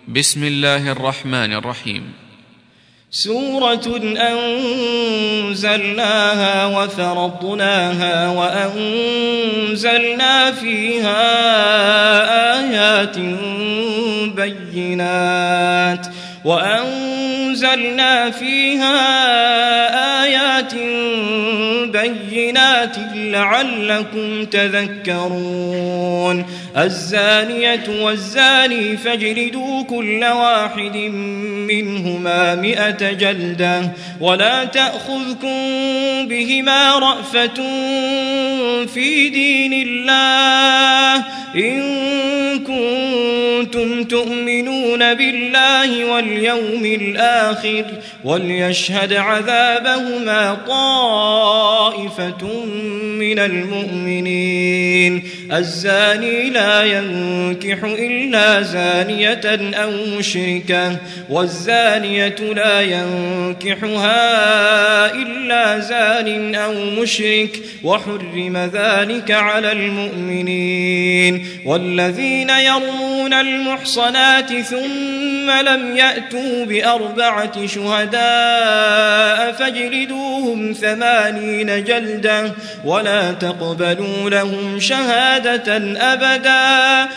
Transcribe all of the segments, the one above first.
بسم الله الرحمن الرحيم. سورة أنزلناها وفرضناها وأنزلنا فيها آيات بينات لعلكم تذكرون. الزانية والزاني فاجلدوا كل واحد منهما 100 جلدة ولا تأخذكم بهما رأفة في دين الله إن كنتم تؤمنون بالله واليوم الآخر وليشهد عذابهما طائفة من المؤمنين. الزاني لا ينكح إلا زانية أو مشركة والزانية لا ينكحها إلا زان أو مشرك وحرم ذلك على المؤمنين. والذين يرمون المحصنات ثم لم يأتوا ب4 شهداء فاجلدوهم 80 جلدة ولا تقبلوا لهم شهادة أبدا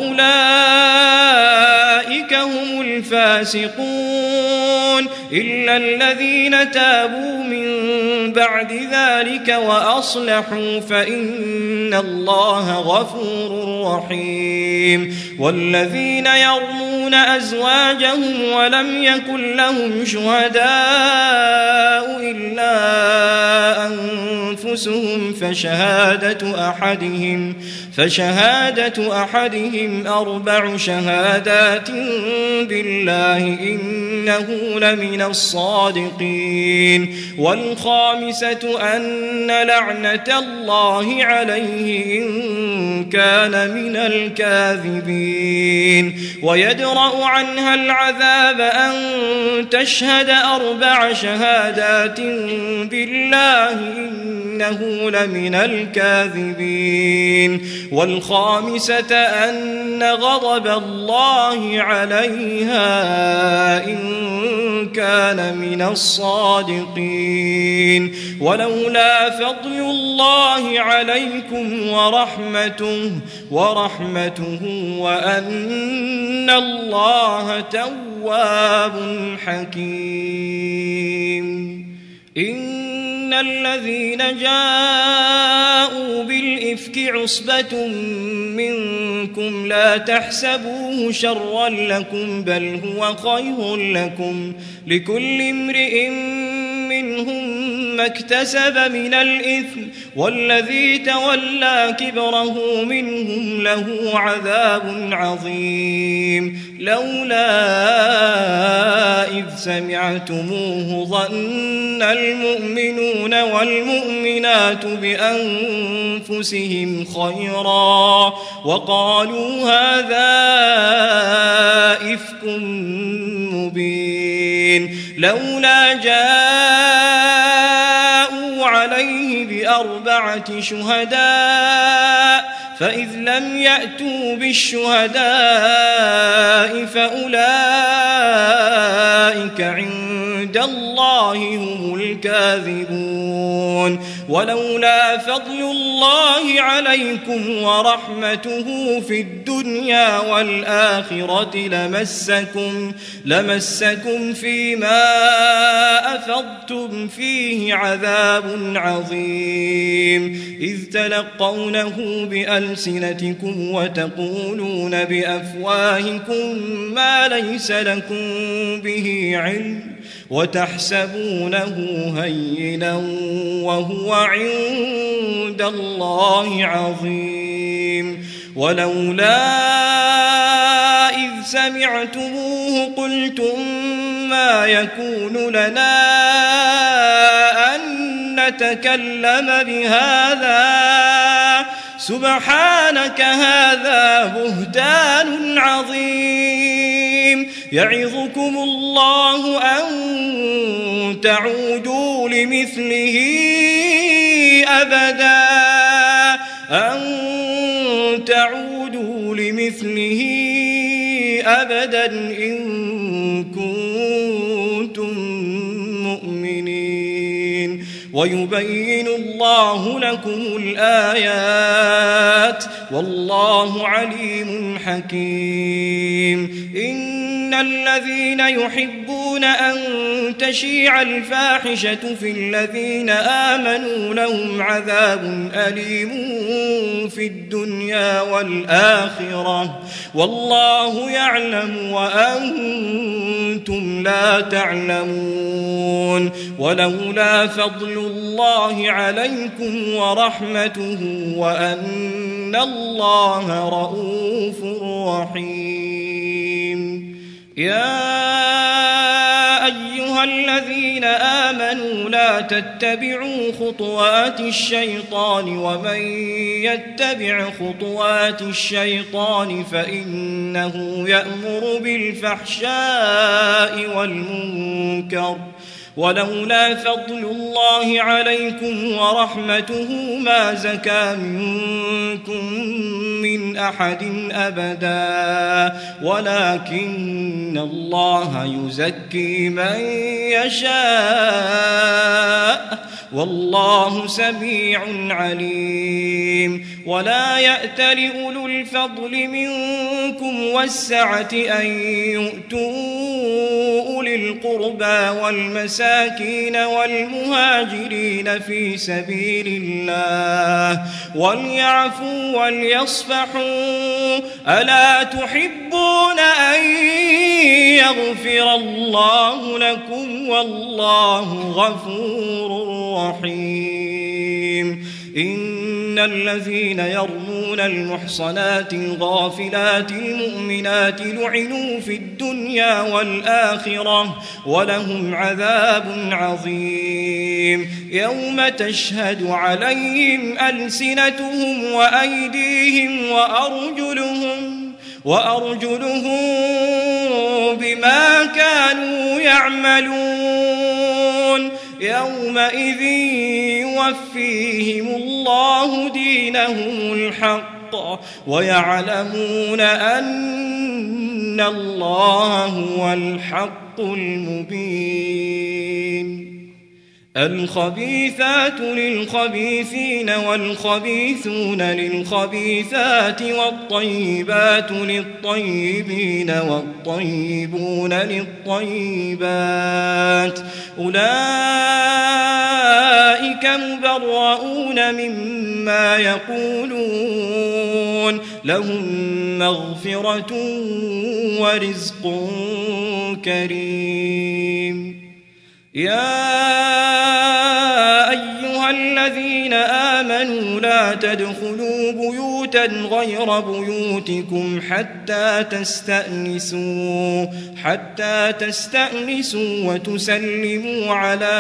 وأولئك هم الفاسقون إلا الذين تابوا من بعد ذلك وأصلحوا فإن الله غفور رحيم. والذين يرمون أزواجهم ولم يكن لهم شهداء إلا أنفسهم فشهادة أحدهم 4 شهادات بالله إنه لمن الصادقين. والخامسة أن لعنة الله عليه إن كان من الكاذبين. ويدرأ عنها العذاب أن تشهد 4 شهادات بالله إنه لمن الكاذبين. والخامسة أن غضب الله عليها إن كان من الصادقين. ولولا فضل الله عليكم ورحمته وأن الله تواب حكيم. إن الذين جاءوا بالإفك عصبة منكم لا تحسبوه شرا لكم بل هو خير لكم لكل امرئ منهم ما اكتسب من الإثم والذي تولى كبره منهم له عذاب عظيم. لولا إذ سمعتموه ظن المؤمنون والمؤمنات بأنفسهم خيرا وقالوا هذا إفك مبين. لولا جاءوا عليه ب4 شهداء فإذ لم يأتوا بالشهداء فأولئك عند الله هم الكاذبون. ولولا فضل الله عليكم ورحمته في الدنيا والآخرة لمسكم فيما أفضتم فيه عذاب عظيم إذ تلقونه بألسنتكم وتقولون بأفواهكم ما ليس لكم به علم وتحسبونه هينا وهو عند الله عظيم. ولولا إذ سمعتموه قلتم ما يكون لنا أن نتكلم بهذا سبحانك هذا بهتان عظيم. يعظكم الله أن تعودوا لمثله أبدا إن كنتم مؤمنين ويبين الله لكم الآيات والله عليم حكيم إن الذين يحبون أن تشيع الفاحشة في الذين آمنوا لهم عذاب أليم في الدنيا والآخرة والله يعلم وأنتم لا تعلمون ولولا فضل الله عليكم ورحمته وأن الله رؤوف رحيم يا أيها الذين آمنوا لا تتبعوا خطوات الشيطان ومن يتبع خطوات الشيطان فإنه يأمر بالفحشاء والمنكر ولولا فضل الله عليكم ورحمته ما زكى منكم من أحد أبدا ولكن الله يزكي من يشاء والله سميع عليم ولا يأتل أولو الفضل منكم والسعة أن يؤتوا أولي القربى والمساكين والمهاجرين في سبيل الله وليعفوا وليصفحوا ألا تحبون أن يغفر الله لكم والله غفور رحيم إن الذين يرمون المحصنات الغافلات المؤمنات لعنوا في الدنيا والآخرة ولهم عذاب عظيم يوم تشهد عليهم ألسنتهم وأيديهم وأرجلهم بما كانوا يعملون يومئذ يوفيهم الله دينهم الحق ويعلمون أن الله هو الحق المبين الخبيثات للخبيثين والخبيثون للخبيثات والطيبات للطيبين والطيبون للطيبات أولئك مبرؤون مما يقولون لهم مغفرة ورزق كريم يا أيها الذين آمنوا لا تدخلوا بيوتا غير بيوتكم حتى تستأنسوا وتسلموا على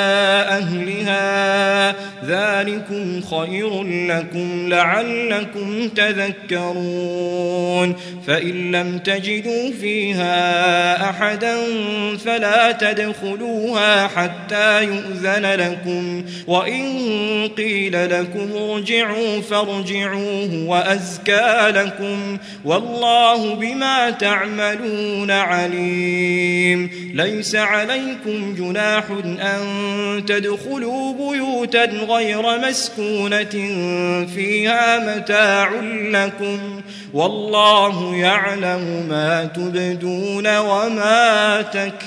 أهلها ذلكم خير لكم لعلكم تذكرون فإن لم تجدوا فيها أحدا فلا تدخلوها حتى يؤذن لكم وإن قيل لكم ارجعوا فارجعوه وأزكى لكم والله بما تعملون عليم ليس عليكم جناح أن تدخلوا بيوتا غير مسكونة فيها متاع لكم والله يعلم ما تبدون وما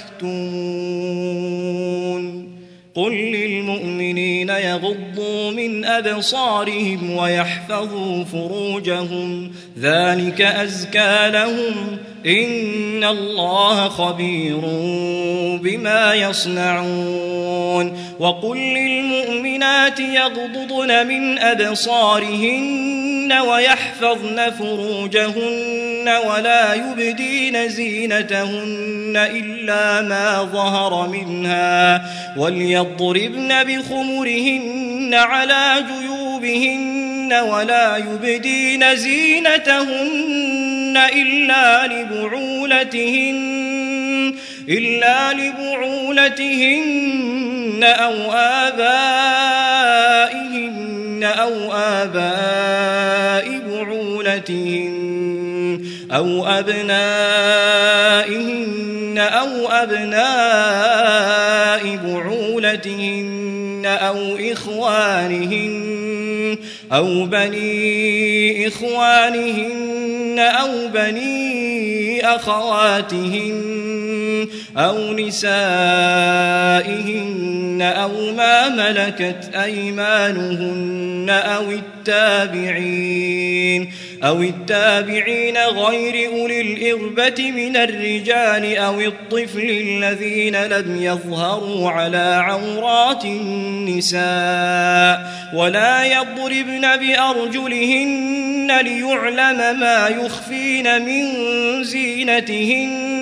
تكتمون قل للمؤمنين يغضوا من أبصارهم ويحفظوا فروجهم ذلك أزكى لهم إن الله خبير بما يصنعون وقل للمؤمنات يغضضن من أبصارهن ويحفظن فروجهن ولا يبدين زينتهن إلا ما ظهر منها وليضربن بخمرهن على جيوبهن ولا يبدين زينتهن إلا لبعولتهن أو آباء بعولتهن أو أبنائهن أو أبناء بعولتهن أو إخوانهن أو بني إخوانهن أو بني أخواتهن أو نسائهن أو ما ملكت أيمانهن أو التابعين غير أولي الإربة من الرجال أو الطفل الذين لم يظهروا على عورات النساء ولا يضربن بأرجلهن ليعلم ما يخفين من زينتهن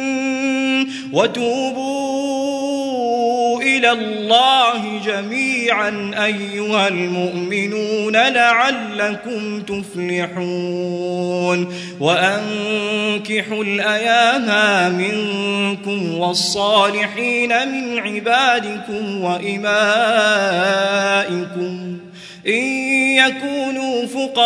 وتوبوا إلى الله جميعا أيها المؤمنون لعلكم تفلحون وأنكحوا الأيام منكم والصالحين من عبادكم وإمائكم إن يكونوا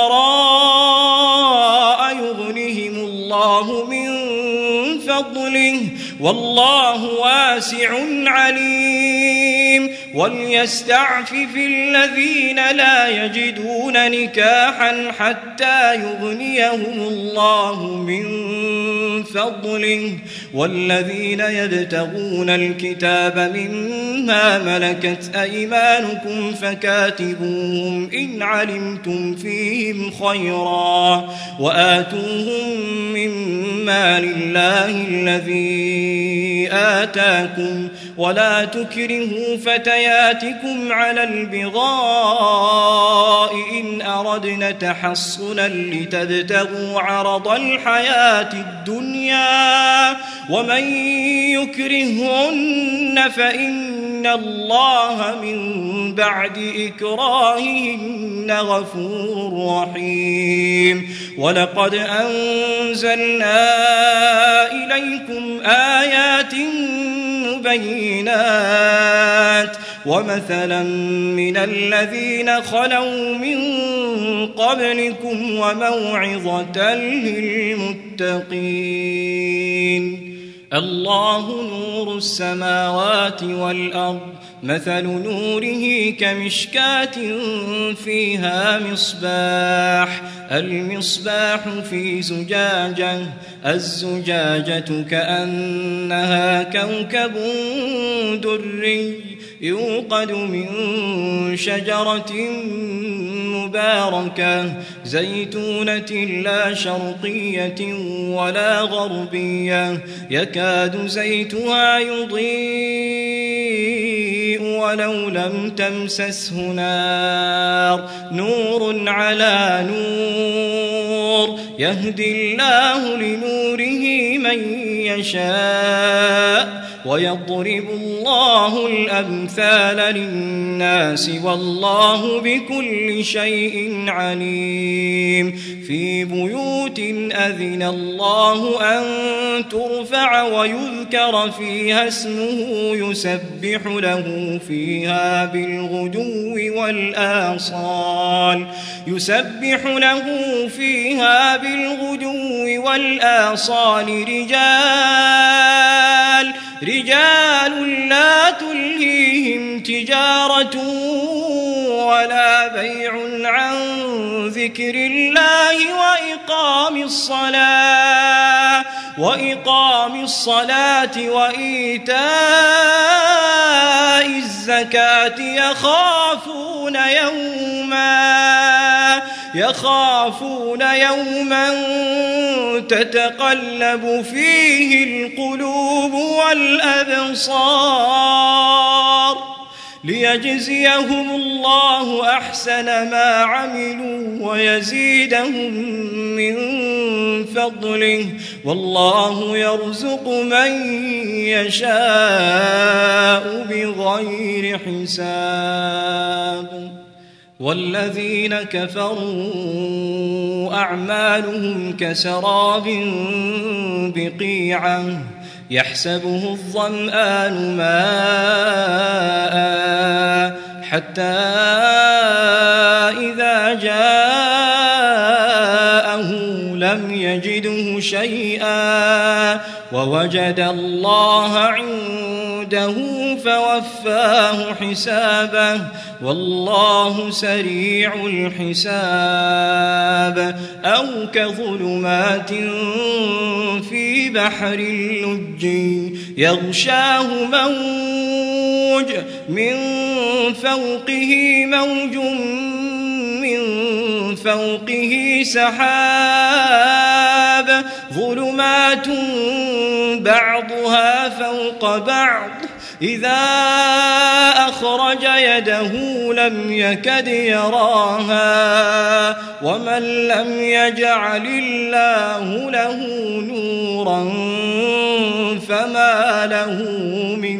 فقراء يغنهم الله من فضله والله واسع عليم وليستعفف الذين لا يجدون نكاحا حتى يغنيهم الله من فضله والذين يبتغون الكتاب مما ملكت أيمانكم فكاتبوهم إن علمتم فيهم خيرا وآتوهم مما لله الذي آتاكم ولا تكرهوا فتياتكم على البغاء إن أردنا تحصنا لتبتغوا عرض الحياة الدنيا ومن يكرهن فإن الله من بعد إكراههن غفور رحيم ولقد أنزلنا إليكم آيات مبينات ومثلا من الذين خلوا من قبلكم وموعظة للمتقين الله نور السماوات والأرض مثل نوره كمشكاة فيها مصباح المصباح في زجاجة الزجاجة كأنها كوكب دري يوقد من شجرة مباركة زيتونة لا شرقية ولا غربية يكاد زيتها يضيء ولو لم تمسسه نار نور على نور يهدي الله لنوره من يشاء ويضرب الله الأمثال للناس والله بكل شيء عليم في بيوت أذن الله أن ترفع ويذكر فيها اسمه يسبح له فيها بالغدو والآصال رجال لا تلهيهم تجارة ولا بيع عن ذكر الله وإقام الصلاة وإيتاء الزكاة يخافون يوما تتقلب فيه القلوب والأبصار ليجزيهم الله أحسن ما عملوا ويزيدهم من فضله والله يرزق من يشاء بغير حساب والذين كفروا أعمالهم كسراب بقيعة يحسبه الظمآن ماء حتى إذا جاءه لم يجده شيئا ووجد الله عنده فوفاه حسابه والله سريع الحساب أو كظلمات في بحر اللج يغشاه موج من فوقه موج من فوقه سحاب ظلمات بعضها فوق بعض إذا أخرج يده لم يكد يراها ومن لم يجعل الله له نورا فما له من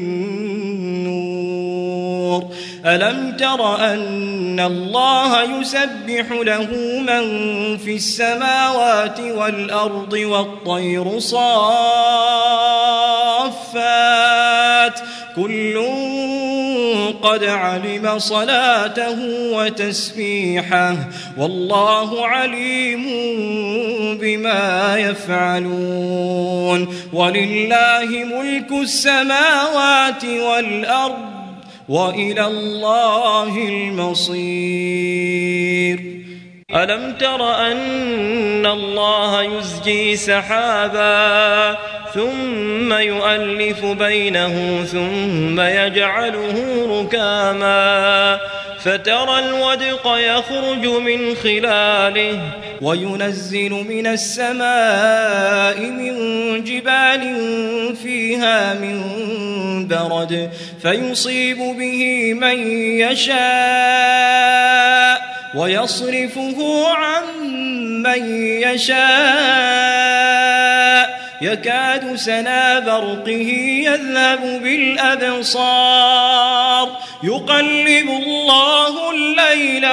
نور ألم تر أن الله يسبح له من في السماوات والأرض والطير صافات كل قد علم صلاته وتسبيحه والله عليم بما يفعلون ولله ملك السماوات والأرض وإلى الله المصير ألم تر أن الله يزجي سحابا ثم يؤلف بينه ثم يجعله ركاما فترى الودق يخرج من خلاله وينزل من السماء من جبال فيها من برد فيصيب به من يشاء ويصرفه عن من يشاء يكاد سنا برقه يذهب بالأبصار يقلب الله الليل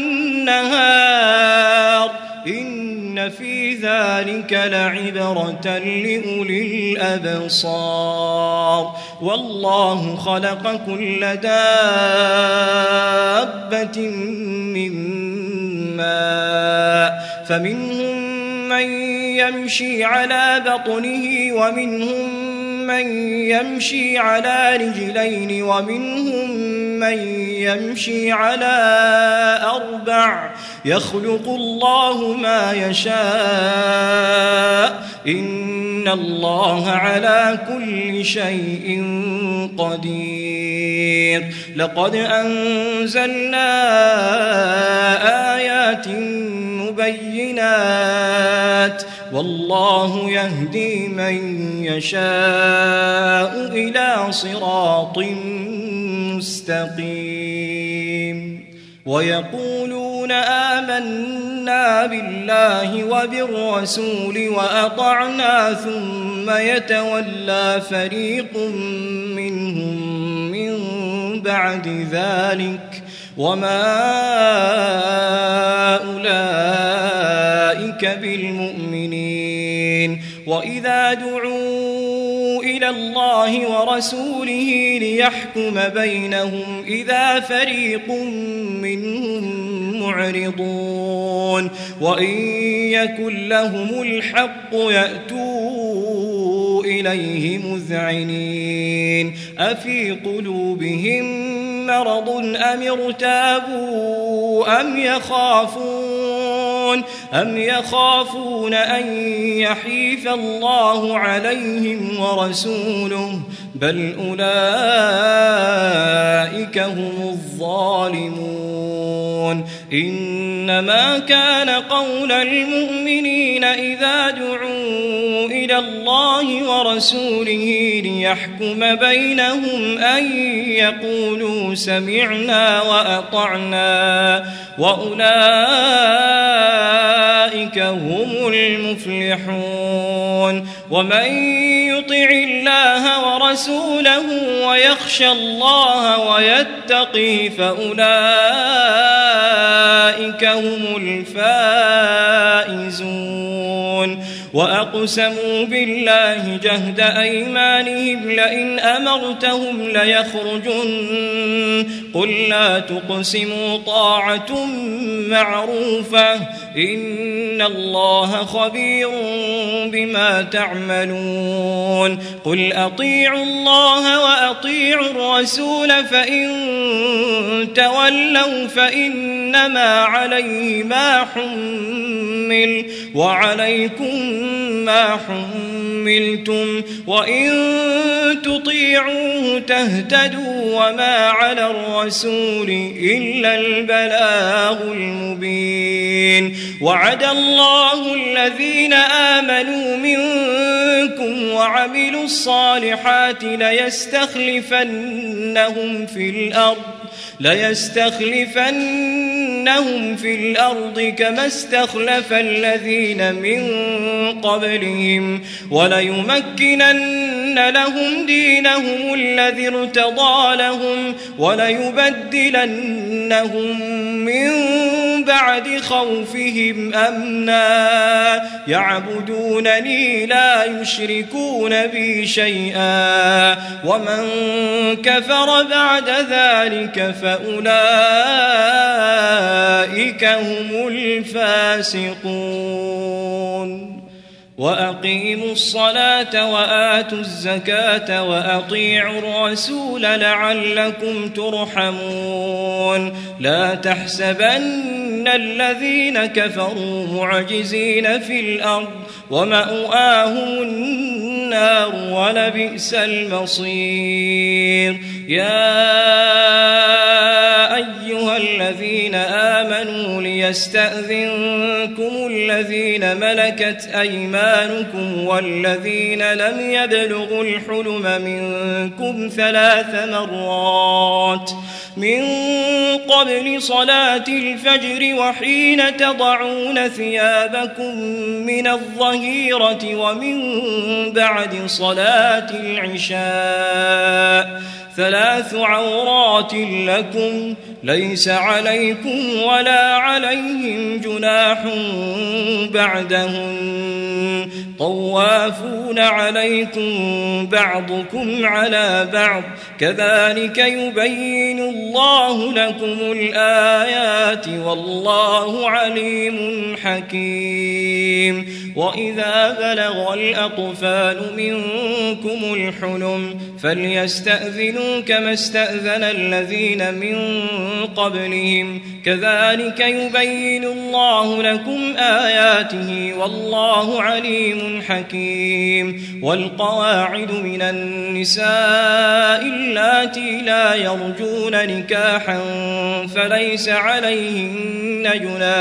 والنهار إن في ذلك لعبرة لأولي الأبصار والله خلق كل دابة من ماء فمنهم من يمشي على بطنه ومنهم من يمشي على رجلين ومنهم من يمشي على أربع يخلق الله ما يشاء إن الله على كل شيء قدير لقد أنزلنا آيات مبينات والله يهدي من يشاء إلى صراط مستقيم ويقولون آمنا بالله وبالرسول وأطعنا ثم يتولى فريق منهم من بعد ذلك وما أولئك بالمؤمنين وإذا دعوا إلى الله ورسوله ليحكم بينهم إذا فريق منهم معرضون وإن يكن لهم الحق يأتوا إليه مذعنين أفي قلوبهم مرض أم ارتابوا أم يخافون أن يحيف الله عليهم ورسوله بل أولئك هم الظالمون إنما كان قول المؤمنين إذا دعوا إلى الله ورسوله ليحكم بينهم أن يقولوا سمعنا وأطعنا وأولئك هم المفلحون ومن يطع الله ورسوله ويخشى الله ويتقي فأولئك هم الفائزون وأقسموا بالله جهد أيمانهم لئن أمرتهم ليخرجن قل لا تقسموا طاعة معروفة إن الله خبير بما تعملون قل أطيعوا الله وأطيعوا الرسول فإن تولوا فإنما عليه ما حمل وعليكم ما حملتم وإن تطيعوه تهتدوا وما على الرسول إلا البلاغ المبين وعد الله الذين آمنوا منكم وعملوا الصالحات ليستخلفنهم في الأرض كما استخلف الذين من قبلهم وليمكنن لهم دينهم الذي ارتضى لهم وليبدلنهم من بعد خوفهم أمنا يعبدونني لا يشركون بي شيئا ومن كفر بعد ذلك فأولئك هم الفاسقون وأقيموا الصلاة وآتوا الزكاة وأطيعوا الرسول لعلكم ترحمون لا تحسبن الذين كفروا معجزين في الأرض ومأواهم النار ولبئس المصير يا أيها الذين آمنوا ليستأذنكم الذين ملكت أيمانكم والذين لم يبلغوا الحلم منكم 3 مرات من قبل صلاة الفجر وحين تضعون ثيابكم من الظهيرة ومن بعد صلاة العشاء 3 عورات لكم ليس عليكم ولا عليهم جناح بعدهن طوافون عليكم بعضكم على بعض كذلك يبين الله لكم الآيات والله عليم حكيم وإذا بلغ الأطفال منكم الحلم فليستأذنوا كما استأذن الذين من قبلهم كذلك يبين الله لكم آياته والله عليم حكيم والقواعد من النساء اللاتي لا يرجون نكاحا فليس عليهن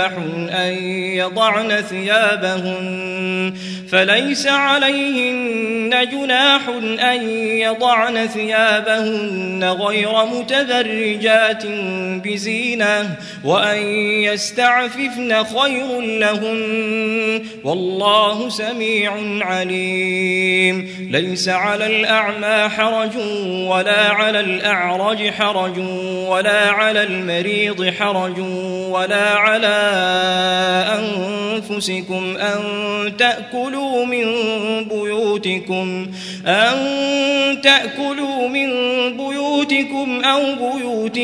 جناح أن يضعن ثيابهن غير متبرجات بزينة وأن يستعففن خير لهن والله سميع عليم ليس على الأعمى حرج ولا على الأعرج حرج ولا على المريض حرج ولا على أنفسكم أن تأكلوا من بيوتكم أو بيوت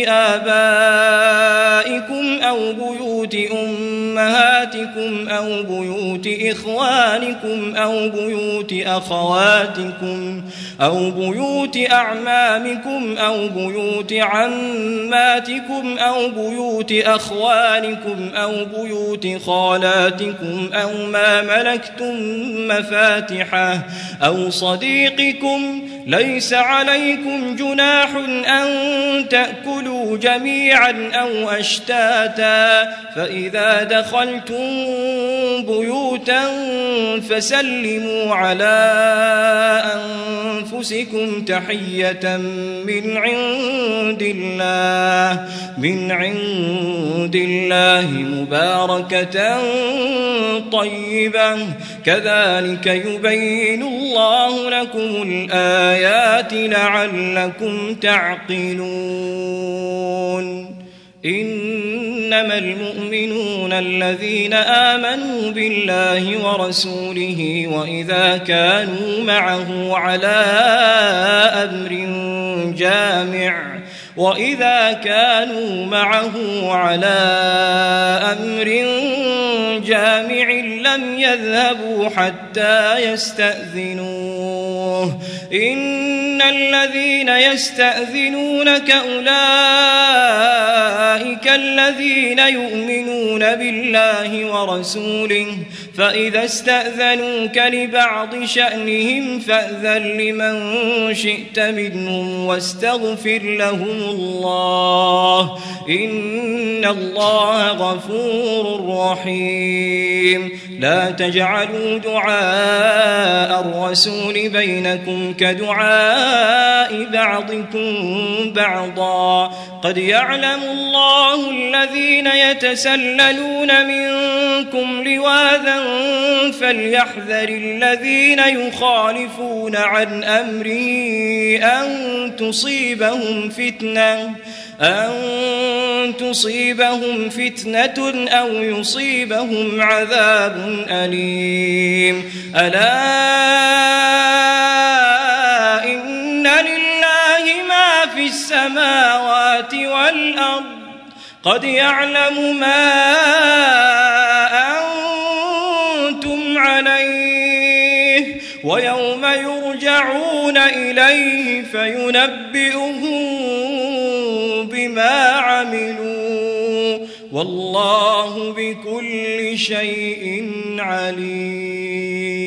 آبائكم أو بيوت أمهاتكم أو بيوت إخوانكم أو بيوت أخواتكم أو بيوت أعمامكم أو بيوت عماتكم أو بيوت أخوالكم أو بيوت خالاتكم أو ما ملكتم مفاتحه أو صديقكم ليس عليكم جناح أن تأكلوا جميعا أو أشتاتا فإذا دخلتم بيوتا فسلموا على أنفسكم تحية من عند الله مباركة طيبة كذلك يبين الله لكم الآيات لعلكم تعقلون إنما المؤمنون الذين آمنوا بالله ورسوله وإذا كانوا معه على أمر جامع لم يذهبوا حتى يستأذنوه إن الذين يستأذنونك أولئك الذين يؤمنون بالله ورسوله فإذا استأذنوك لبعض شأنهم فأذن لمن شئت منهم واستغفر لهم الله إن الله غفور رحيم لا تجعلوا دعاء الرسول بينكم كدعاء بعضكم بعضا قد يعلم الله الذين يتسللون منكم لواذا فليحذر الذين يخالفون عن أمره أن تصيبهم فتنة أو يصيبهم عذاب أليم ألا إن لله ما في السماوات والأرض قد يعلم ما أنتم عليه ويوم يرجعون إليه فينبئهم بما عملوا والله بكل شيء عليم.